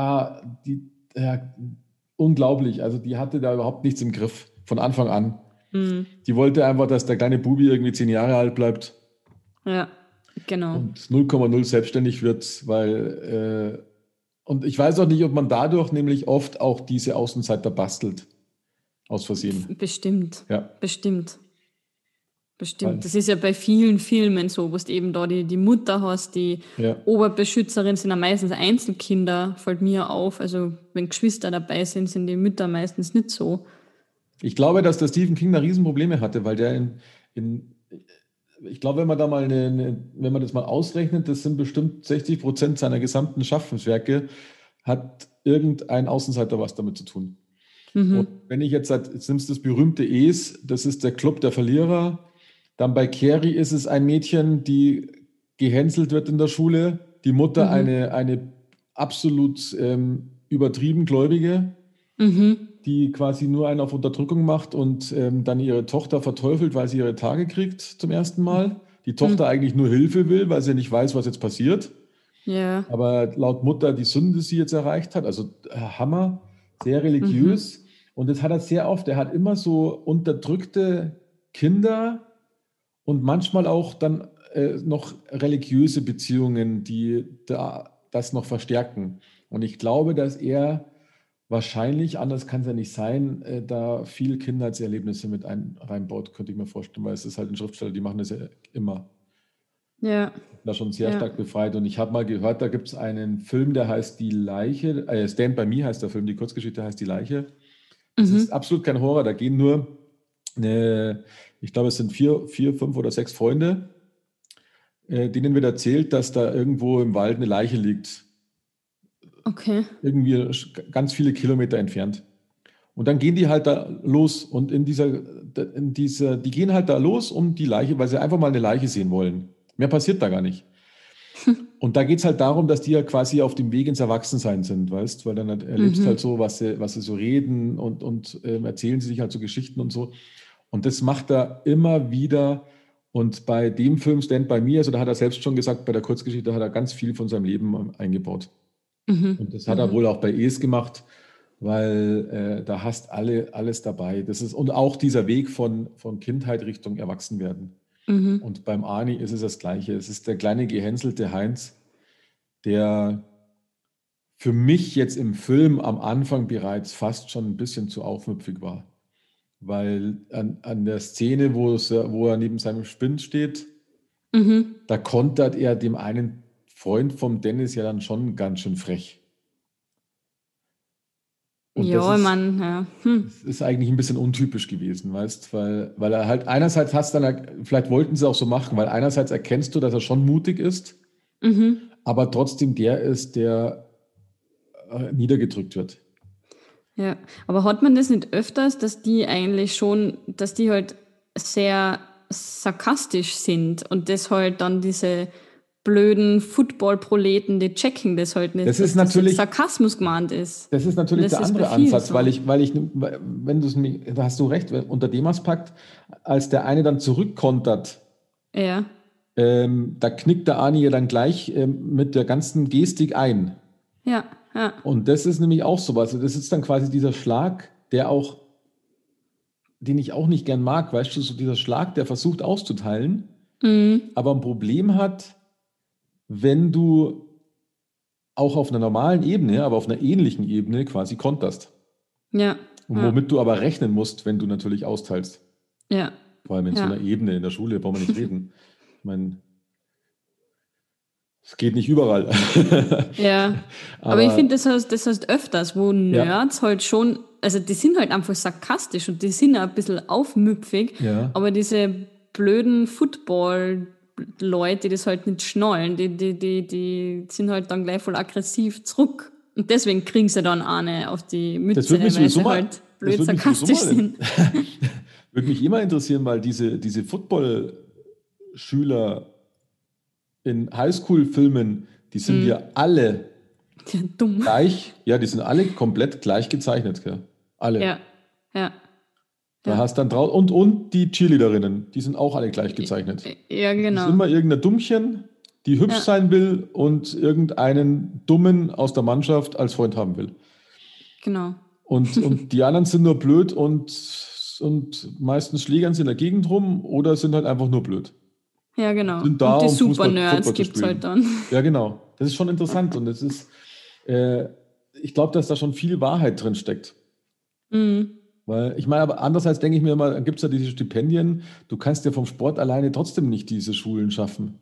unglaublich. Also die hatte da überhaupt nichts im Griff von Anfang an. Die wollte einfach, dass der kleine Bubi irgendwie 10 Jahre alt bleibt Ja, genau. und 0,0 selbstständig wird, und ich weiß auch nicht, ob man dadurch nämlich oft auch diese Außenseiter bastelt. Aus Versehen. Bestimmt. Ja. Bestimmt. Weil- Das ist ja bei vielen Filmen so, wo du eben da die Mutter hast, die Ja. Oberbeschützerin sind ja meistens Einzelkinder, fällt mir auf. Also wenn Geschwister dabei sind, sind die Mütter meistens nicht so. Ich glaube, dass der Stephen King da Riesenprobleme hatte, weil der ich glaube, wenn man da mal wenn man das mal ausrechnet, das sind bestimmt 60% seiner gesamten Schaffenswerke, hat irgendein Außenseiter was damit zu tun. Und wenn ich jetzt nimmst du das berühmte Es, das ist der Club der Verlierer. Dann bei Carrie ist es ein Mädchen, die gehänselt wird in der Schule. Die Mutter eine absolut übertrieben Gläubige, die quasi nur einen auf Unterdrückung macht und dann ihre Tochter verteufelt, weil sie ihre Tage kriegt zum ersten Mal. Die Tochter eigentlich nur Hilfe will, weil sie nicht weiß, was jetzt passiert. Ja. Aber laut Mutter die Sünde, die sie jetzt erreicht hat, also Hammer, sehr religiös. Und das hat er sehr oft. Er hat immer so unterdrückte Kinder und manchmal auch dann noch religiöse Beziehungen, die das noch verstärken. Und ich glaube, dass er wahrscheinlich, anders kann es ja nicht sein, da viel Kindheitserlebnisse mit reinbaut, könnte ich mir vorstellen, weil es ist halt ein Schriftsteller, die machen das ja immer. Ja. Da schon sehr Ja. stark befreit. Und ich habe mal gehört, da gibt es einen Film, der heißt Die Leiche. Stand by Me heißt der Film, die Kurzgeschichte heißt Die Leiche. Das ist absolut kein Horror, da gehen nur, ich glaube, es sind vier, 5 oder 6 Freunde, denen wird erzählt, dass da irgendwo im Wald eine Leiche liegt. Okay. Irgendwie ganz viele Kilometer entfernt. Und dann gehen die halt da los und die gehen halt da los um die Leiche, weil sie einfach mal eine Leiche sehen wollen. Mehr passiert da gar nicht. Und da geht es halt darum, dass die ja quasi auf dem Weg ins Erwachsensein sind, weißt, weil dann erlebst halt so, was sie so reden und erzählen sie sich halt so Geschichten und so. Und das macht er immer wieder. Und bei dem Film Stand By Me, also da hat er selbst schon gesagt, bei der Kurzgeschichte hat er ganz viel von seinem Leben eingebaut. Und das hat er wohl auch bei Es gemacht, weil da hast alles dabei. Und auch dieser Weg von Kindheit Richtung Erwachsenwerden. Und beim Arnie ist es das Gleiche. Es ist der kleine gehänselte Heinz, der für mich jetzt im Film am Anfang bereits fast schon ein bisschen zu aufmüpfig war. Weil an der Szene, wo er neben seinem Spind steht, da kontert er dem einen Freund vom Dennis ja dann schon ganz schön frech. Und Ja, ich meine, ja. das ist eigentlich ein bisschen untypisch gewesen, weißt, weil er halt einerseits vielleicht wollten sie auch so machen, weil einerseits erkennst du, dass er schon mutig ist, aber trotzdem der ist, der niedergedrückt wird. Ja, aber hat man das nicht öfters, dass die halt sehr sarkastisch sind und das halt dann diese blöden Football-Proleten, die checken das halt nicht, Das ist dass das natürlich- jetzt Sarkasmus gemeint ist. Das ist natürlich Und das der ist andere bei vielen Ansatz, so. wenn du es mir, da hast du recht, unter dem Aspekt, als der eine dann zurückkontert, Ja, da knickt der Arnie ja dann gleich mit der ganzen Gestik ein. ja, ja, Und das ist nämlich auch sowas. Das ist dann quasi dieser Schlag, den ich auch nicht gern mag, weißt du, so dieser Schlag, der versucht auszuteilen, aber ein Problem hat, wenn du auch auf einer normalen Ebene, aber auf einer ähnlichen Ebene quasi konterst. ja, Und womit du aber rechnen musst, wenn du natürlich austeilst. ja, Vor allem in so Ja. einer Ebene in der Schule, brauchen wir nicht reden. Ich meine, es geht nicht überall. ja. Aber ich finde, das heißt öfters, wo Nerds halt schon, also die sind halt einfach sarkastisch und die sind auch ein bisschen aufmüpfig, Ja. aber diese blöden Football Leute, die das halt nicht schnallen, die sind halt dann gleich voll aggressiv zurück. Und deswegen kriegen sie dann eine auf die Das Mütze, würde mich weil sowieso sie mal, halt das blöd würde mich sowieso sarkastisch mal, sind. würde mich immer interessieren, weil diese Football-Schüler in Highschool-Filmen, die sind ja alle Ja, dumm. gleich, ja, die sind alle komplett gleich gezeichnet, gell? Alle. Ja, ja, Da ja. hast dann und die Cheerleaderinnen, die sind auch alle gleich gezeichnet. Ja, Es ist genau. immer irgendein Dummchen, die hübsch Ja, sein will und irgendeinen Dummen aus der Mannschaft als Freund haben will. genau. Und die anderen sind nur blöd und meistens schlägern sie in der Gegend rum oder sind halt einfach nur blöd. Ja, genau. Sind da, Und die um Super-Nerds Football zu gibt es halt spielen. dann. Ja, genau. Das ist schon interessant und äh, ich glaube, dass da schon viel Wahrheit drin steckt. Mhm. Weil ich meine, aber andererseits denke ich mir immer, dann gibt es ja diese Stipendien, du kannst ja vom Sport alleine trotzdem nicht diese Schulen schaffen.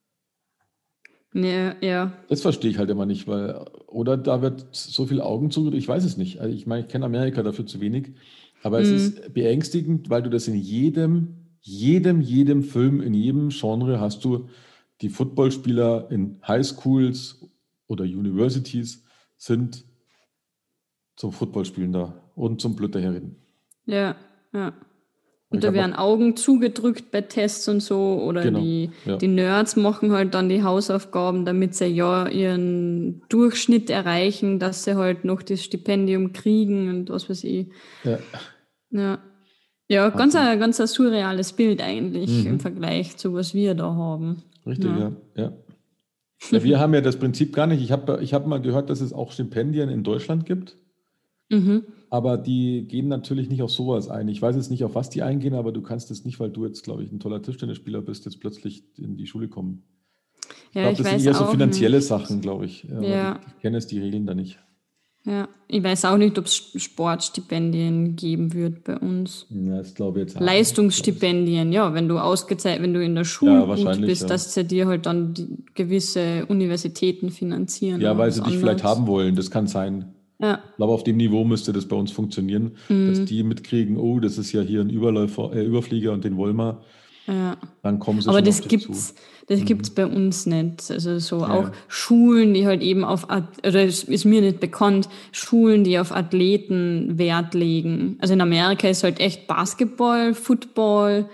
Ja, ja. Das verstehe ich halt immer nicht, weil, oder da wird so viel Augen zugedrückt, ich weiß es nicht. Also ich meine, ich kenne Amerika dafür zu wenig, aber es Mhm. ist beängstigend, weil du das in jedem Film, in jedem Genre hast du die Footballspieler in Highschools oder Universities sind zum Footballspielen da und zum Blöd daherreden. Ja, ja. Aber Und ich da habe werden mal, Augen zugedrückt bei Tests und so. Oder genau, die ja. Nerds machen halt dann die Hausaufgaben, damit sie ja ihren Durchschnitt erreichen, dass sie halt noch das Stipendium kriegen und was weiß ich. Ja, Ja, ja, Wahnsinn. ganz ein surreales Bild eigentlich im Mhm. Vergleich zu was wir da haben. Richtig, Ja. ja. Ja. Ja, wir haben ja das Prinzip gar nicht. Ich hab mal gehört, dass es auch Stipendien in Deutschland gibt, Mhm. aber die gehen natürlich nicht auf sowas ein. Ich weiß jetzt nicht, auf was die eingehen, aber du kannst es nicht, weil du jetzt, glaube ich, ein toller Tischtennisspieler bist, jetzt plötzlich in die Schule kommen. Ich Ja, glaube, ich das sind weiß eher so auch finanzielle nicht. Sachen, glaube ich. Ja, aber Ja, ich kenne jetzt die Regeln da nicht. ja. Ich weiß auch nicht, ob es Sportstipendien geben wird bei uns. Ja, das glaube ich jetzt auch nicht. Leistungsstipendien, ja, wenn du in der Schule Ja, gut wahrscheinlich, bist, ja. dass sie dir halt dann gewisse Universitäten finanzieren Ja, oder weil was sie dich vielleicht anderes. haben wollen, das kann sein. Ja, Ich glaube, auf dem Niveau müsste das bei uns funktionieren, dass die mitkriegen, oh, das ist ja hier ein Überflieger und den wollen wir. ja. Dann kommen sie Aber schon auf dich zu. das gibt's Mhm. bei uns nicht. Also so Ja, auch ja. Schulen, die halt eben oder es ist mir nicht bekannt, Schulen, die auf Athleten Wert legen. Also in Amerika ist halt echt Basketball, Football,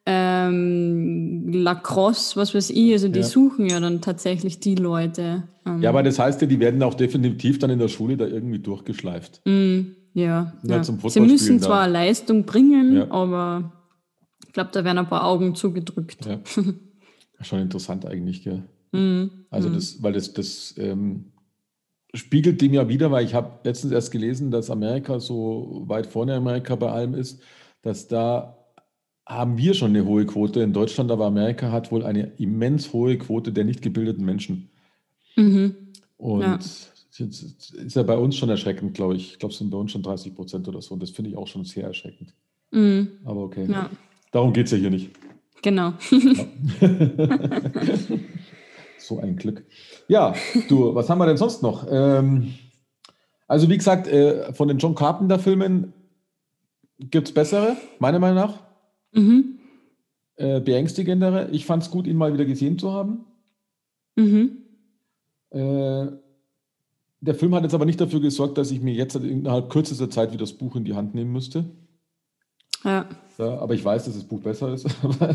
Lacrosse, was weiß ich. Also die Ja. suchen ja dann tatsächlich die Leute. Ja, aber das heißt ja, die werden auch definitiv dann in der Schule da irgendwie durchgeschleift. Ja, Die sind halt ja. zum Sie müssen Footballspielen zwar da. Leistung bringen, Ja, aber ich glaube, da werden ein paar Augen zugedrückt. ja. Schon interessant eigentlich, gell? Also weil das spiegelt dem ja wieder, weil ich habe letztens erst gelesen, dass Amerika so weit vorne Amerika bei allem ist, dass da haben wir schon eine hohe Quote in Deutschland, aber Amerika hat wohl eine immens hohe Quote der nicht gebildeten Menschen. Ja. Und jetzt ist ja bei uns schon erschreckend, glaube ich. Ich glaube, es sind bei uns schon 30% oder so. Und das finde ich auch schon sehr erschreckend. Aber okay. Ja, Darum geht es ja hier nicht. genau. Ja. So ein Glück. Ja, du, was haben wir denn sonst noch? Also, wie gesagt, von den John Carpenter-Filmen gibt es bessere, meiner Meinung nach. Beängstigendere. Ich fand es gut, ihn mal wieder gesehen zu haben. Äh, Der Film hat jetzt aber nicht dafür gesorgt, dass ich mir jetzt innerhalb kürzester Zeit wieder das Buch in die Hand nehmen müsste. Ja. Ja, aber ich weiß, dass das Buch besser ist.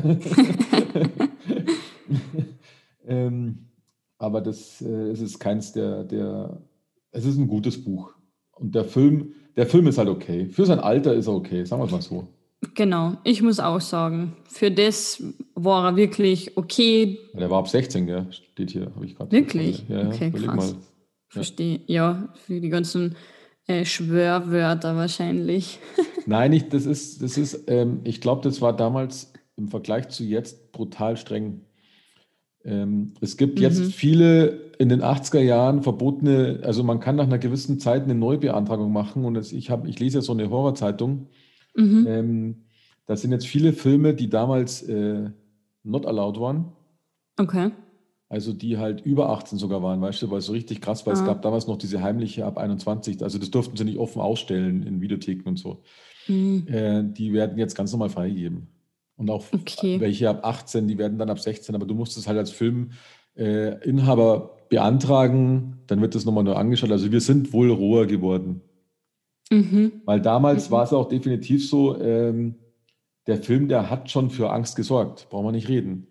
ähm, aber es ist keins es ist ein gutes Buch. Und der Film ist halt okay. Für sein Alter ist er okay, sagen wir es mal so. Genau, ich muss auch sagen, für das war er wirklich okay. Der war ab 16, gell? Steht hier, habe ich gerade hier vor mir. Wirklich? Ja, ja, Okay, überleg mal. krass. Ja. Verstehe. Ja, für die ganzen Schwörwörter wahrscheinlich. Nein, ich glaube, das war damals im Vergleich zu jetzt brutal streng. Es gibt jetzt viele in den 80er Jahren verbotene, also man kann nach einer gewissen Zeit eine Neubeantragung machen und ich lese ja so eine Horrorzeitung. Da sind jetzt viele Filme, die damals not allowed waren, Okay. also die halt über 18 sogar waren, weißt du, weil es so richtig krass war. Es Ah. gab damals noch diese heimliche ab 21, also das durften sie nicht offen ausstellen in Videotheken und so. Die werden jetzt ganz normal freigegeben. Und auch Okay. welche ab 18, die werden dann ab 16, aber du musst es halt als Filminhaber beantragen, dann wird das nochmal neu angeschaut. Also wir sind wohl roher geworden. Mhm. Weil damals war Mhm. es auch definitiv so, der Film, der hat schon für Angst gesorgt, brauchen wir nicht reden.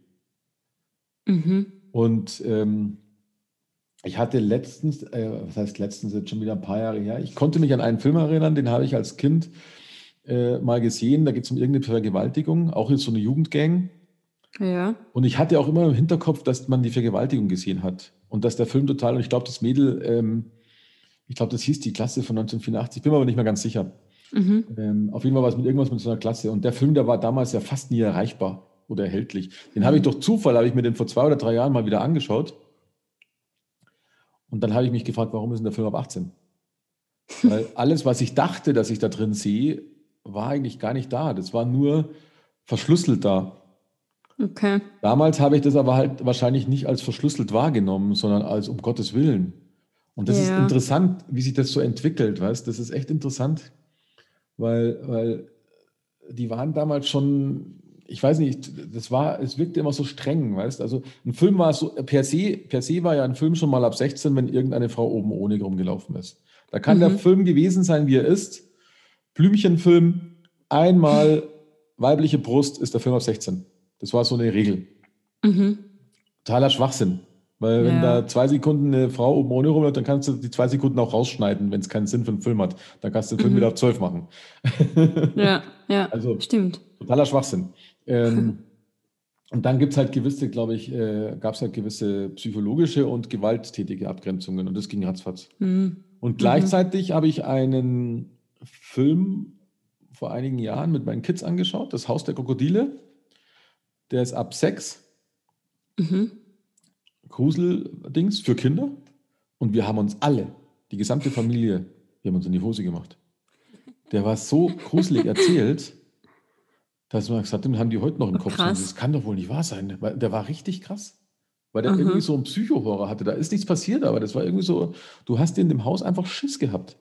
Mhm. Und ich hatte letztens, was heißt letztens, jetzt schon wieder ein paar Jahre her, ich konnte mich an einen Film erinnern, den habe ich als Kind mal gesehen. Da geht es um irgendeine Vergewaltigung, auch jetzt so eine Jugendgang. Ja. Und ich hatte auch immer im Hinterkopf, dass man die Vergewaltigung gesehen hat. Und dass der Film total, und ich glaube, das Mädel, ich glaube, das hieß die Klasse von 1984, bin mir aber nicht mehr ganz sicher. Mhm. Auf jeden Fall war es mit irgendwas mit so einer Klasse. Und der Film, der war damals ja fast nie erreichbar oder erhältlich. Den habe ich durch Zufall, habe ich mir den vor 2 oder 3 Jahren mal wieder angeschaut. Und dann habe ich mich gefragt, warum ist denn der Film ab 18? Weil alles, was ich dachte, dass ich da drin sehe, war eigentlich gar nicht da. Das war nur verschlüsselt da. Okay. Damals habe ich das aber halt wahrscheinlich nicht als verschlüsselt wahrgenommen, sondern als um Gottes Willen. Und das ist Ja. interessant, wie sich das so entwickelt, weißt? Das ist echt interessant, weil die waren damals schon, ich weiß nicht, es wirkte immer so streng, weißt? Also ein Film war so, per se war ja ein Film schon mal ab 16, wenn irgendeine Frau oben ohne rumgelaufen ist. Da kann der Mhm. Film gewesen sein, wie er ist. Blümchenfilm, einmal weibliche Brust, ist der Film ab 16. Das war so eine Regel. Mhm. Totaler Schwachsinn. Weil wenn Ja. da 2 Sekunden eine Frau oben ohne rumläuft, dann kannst du die 2 Sekunden auch rausschneiden, wenn es keinen Sinn für einen Film hat. Dann kannst du den Film wieder Mhm. auf 12 machen. Ja. Ja. Also Stimmt. totaler Schwachsinn. Und dann gibt es halt gewisse, glaube ich, gab es halt gewisse psychologische und gewalttätige Abgrenzungen und das ging ratzfatz. Mhm. Und Mhm. gleichzeitig habe ich einen Film vor einigen Jahren mit meinen Kids angeschaut, Das Haus der Krokodile. Der ist ab 6, Mhm. Gruseldings für Kinder. Und wir haben uns alle, die gesamte Familie, wir haben uns in die Hose gemacht. Der war so gruselig erzählt, dass wir gesagt haben, haben die heute noch im Oh, Kopf. Sagen, das krass. kann doch wohl nicht wahr sein. Weil der war richtig krass. Weil der irgendwie Aha. so einen Psycho-Horror hatte. Da ist nichts passiert, aber das war irgendwie so, du hast in dem Haus einfach Schiss gehabt.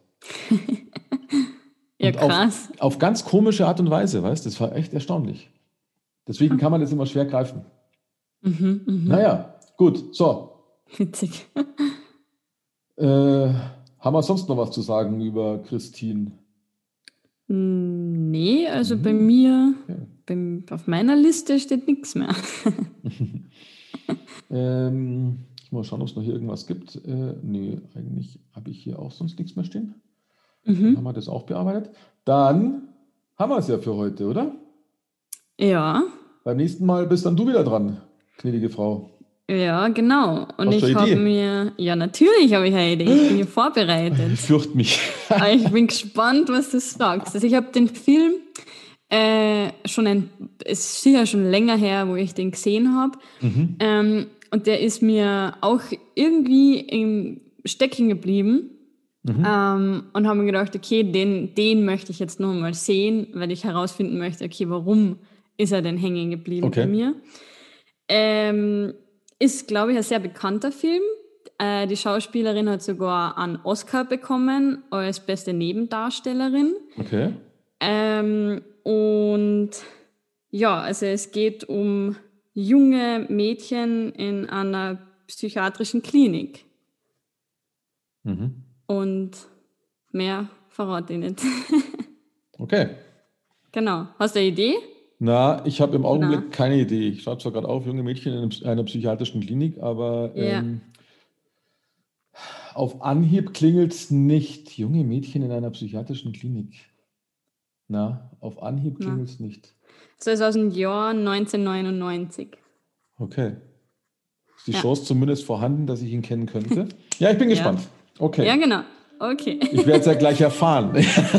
Ja, Und auf, krass. auf ganz komische Art und Weise, weißt du, das war echt erstaunlich. Deswegen kann man das immer schwer greifen. Mhm. Mhm. Naja, gut, so. Witzig. Haben wir sonst noch was zu sagen über Christine? Nee, also bei Mhm. mir, Okay. auf meiner Liste steht nichts mehr. Ich muss schauen, ob es noch hier irgendwas gibt. Nee, eigentlich habe ich hier auch sonst nichts mehr stehen. Dann haben Mhm. wir das auch bearbeitet. Dann haben wir es ja für heute, oder? Ja, Beim nächsten Mal bist dann du wieder dran, gnädige Frau. ja, genau. Und Hast du eine ich habe Idee? mir, ja, natürlich habe ich eine Idee. Ich bin hier vorbereitet. Ich fürchte mich. Aber ich bin gespannt, was du sagst. Also ich habe den Film ist sicher schon länger her, wo ich den gesehen habe. Mhm. Und der ist mir auch irgendwie im Stecken geblieben. Mhm. Und habe mir gedacht, okay, den möchte ich jetzt noch mal sehen, weil ich herausfinden möchte, okay, warum ist er denn hängen geblieben bei Okay. mir? Ist, glaube ich, ein sehr bekannter Film. Die Schauspielerin hat sogar einen Oscar bekommen als beste Nebendarstellerin. Okay. Und ja, also es geht um junge Mädchen in einer psychiatrischen Klinik. Mhm. Und mehr verrate ich nicht. Okay. Genau. Hast du eine Idee? Na, ich habe im Na. Augenblick keine Idee. Ich schreibe zwar gerade auf, junge Mädchen in einer psychiatrischen Klinik, aber Ja. auf Anhieb klingelt es nicht. Junge Mädchen in einer psychiatrischen Klinik. Na, auf Anhieb Na. klingelt es nicht. Das ist aus dem Jahr 1999. Okay. Ist die Ja. Chance zumindest vorhanden, dass ich ihn kennen könnte? Ja, ich bin Ja. gespannt. Okay. Ja, genau. Okay. Ich werde es ja gleich erfahren.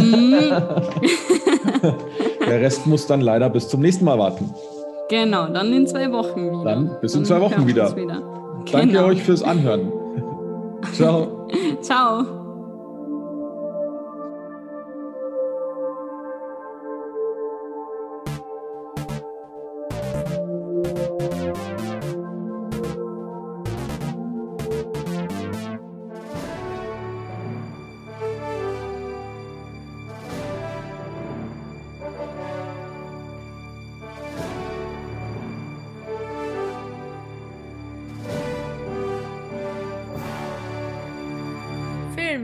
Der Rest muss dann leider bis zum nächsten Mal warten. Genau, dann in 2 Wochen wieder. Dann bis in Dann 2 Wochen hören wir wieder. uns wieder. Danke Genau. euch fürs Anhören. Ciao. Ciao.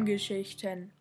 Horrorgeschichten.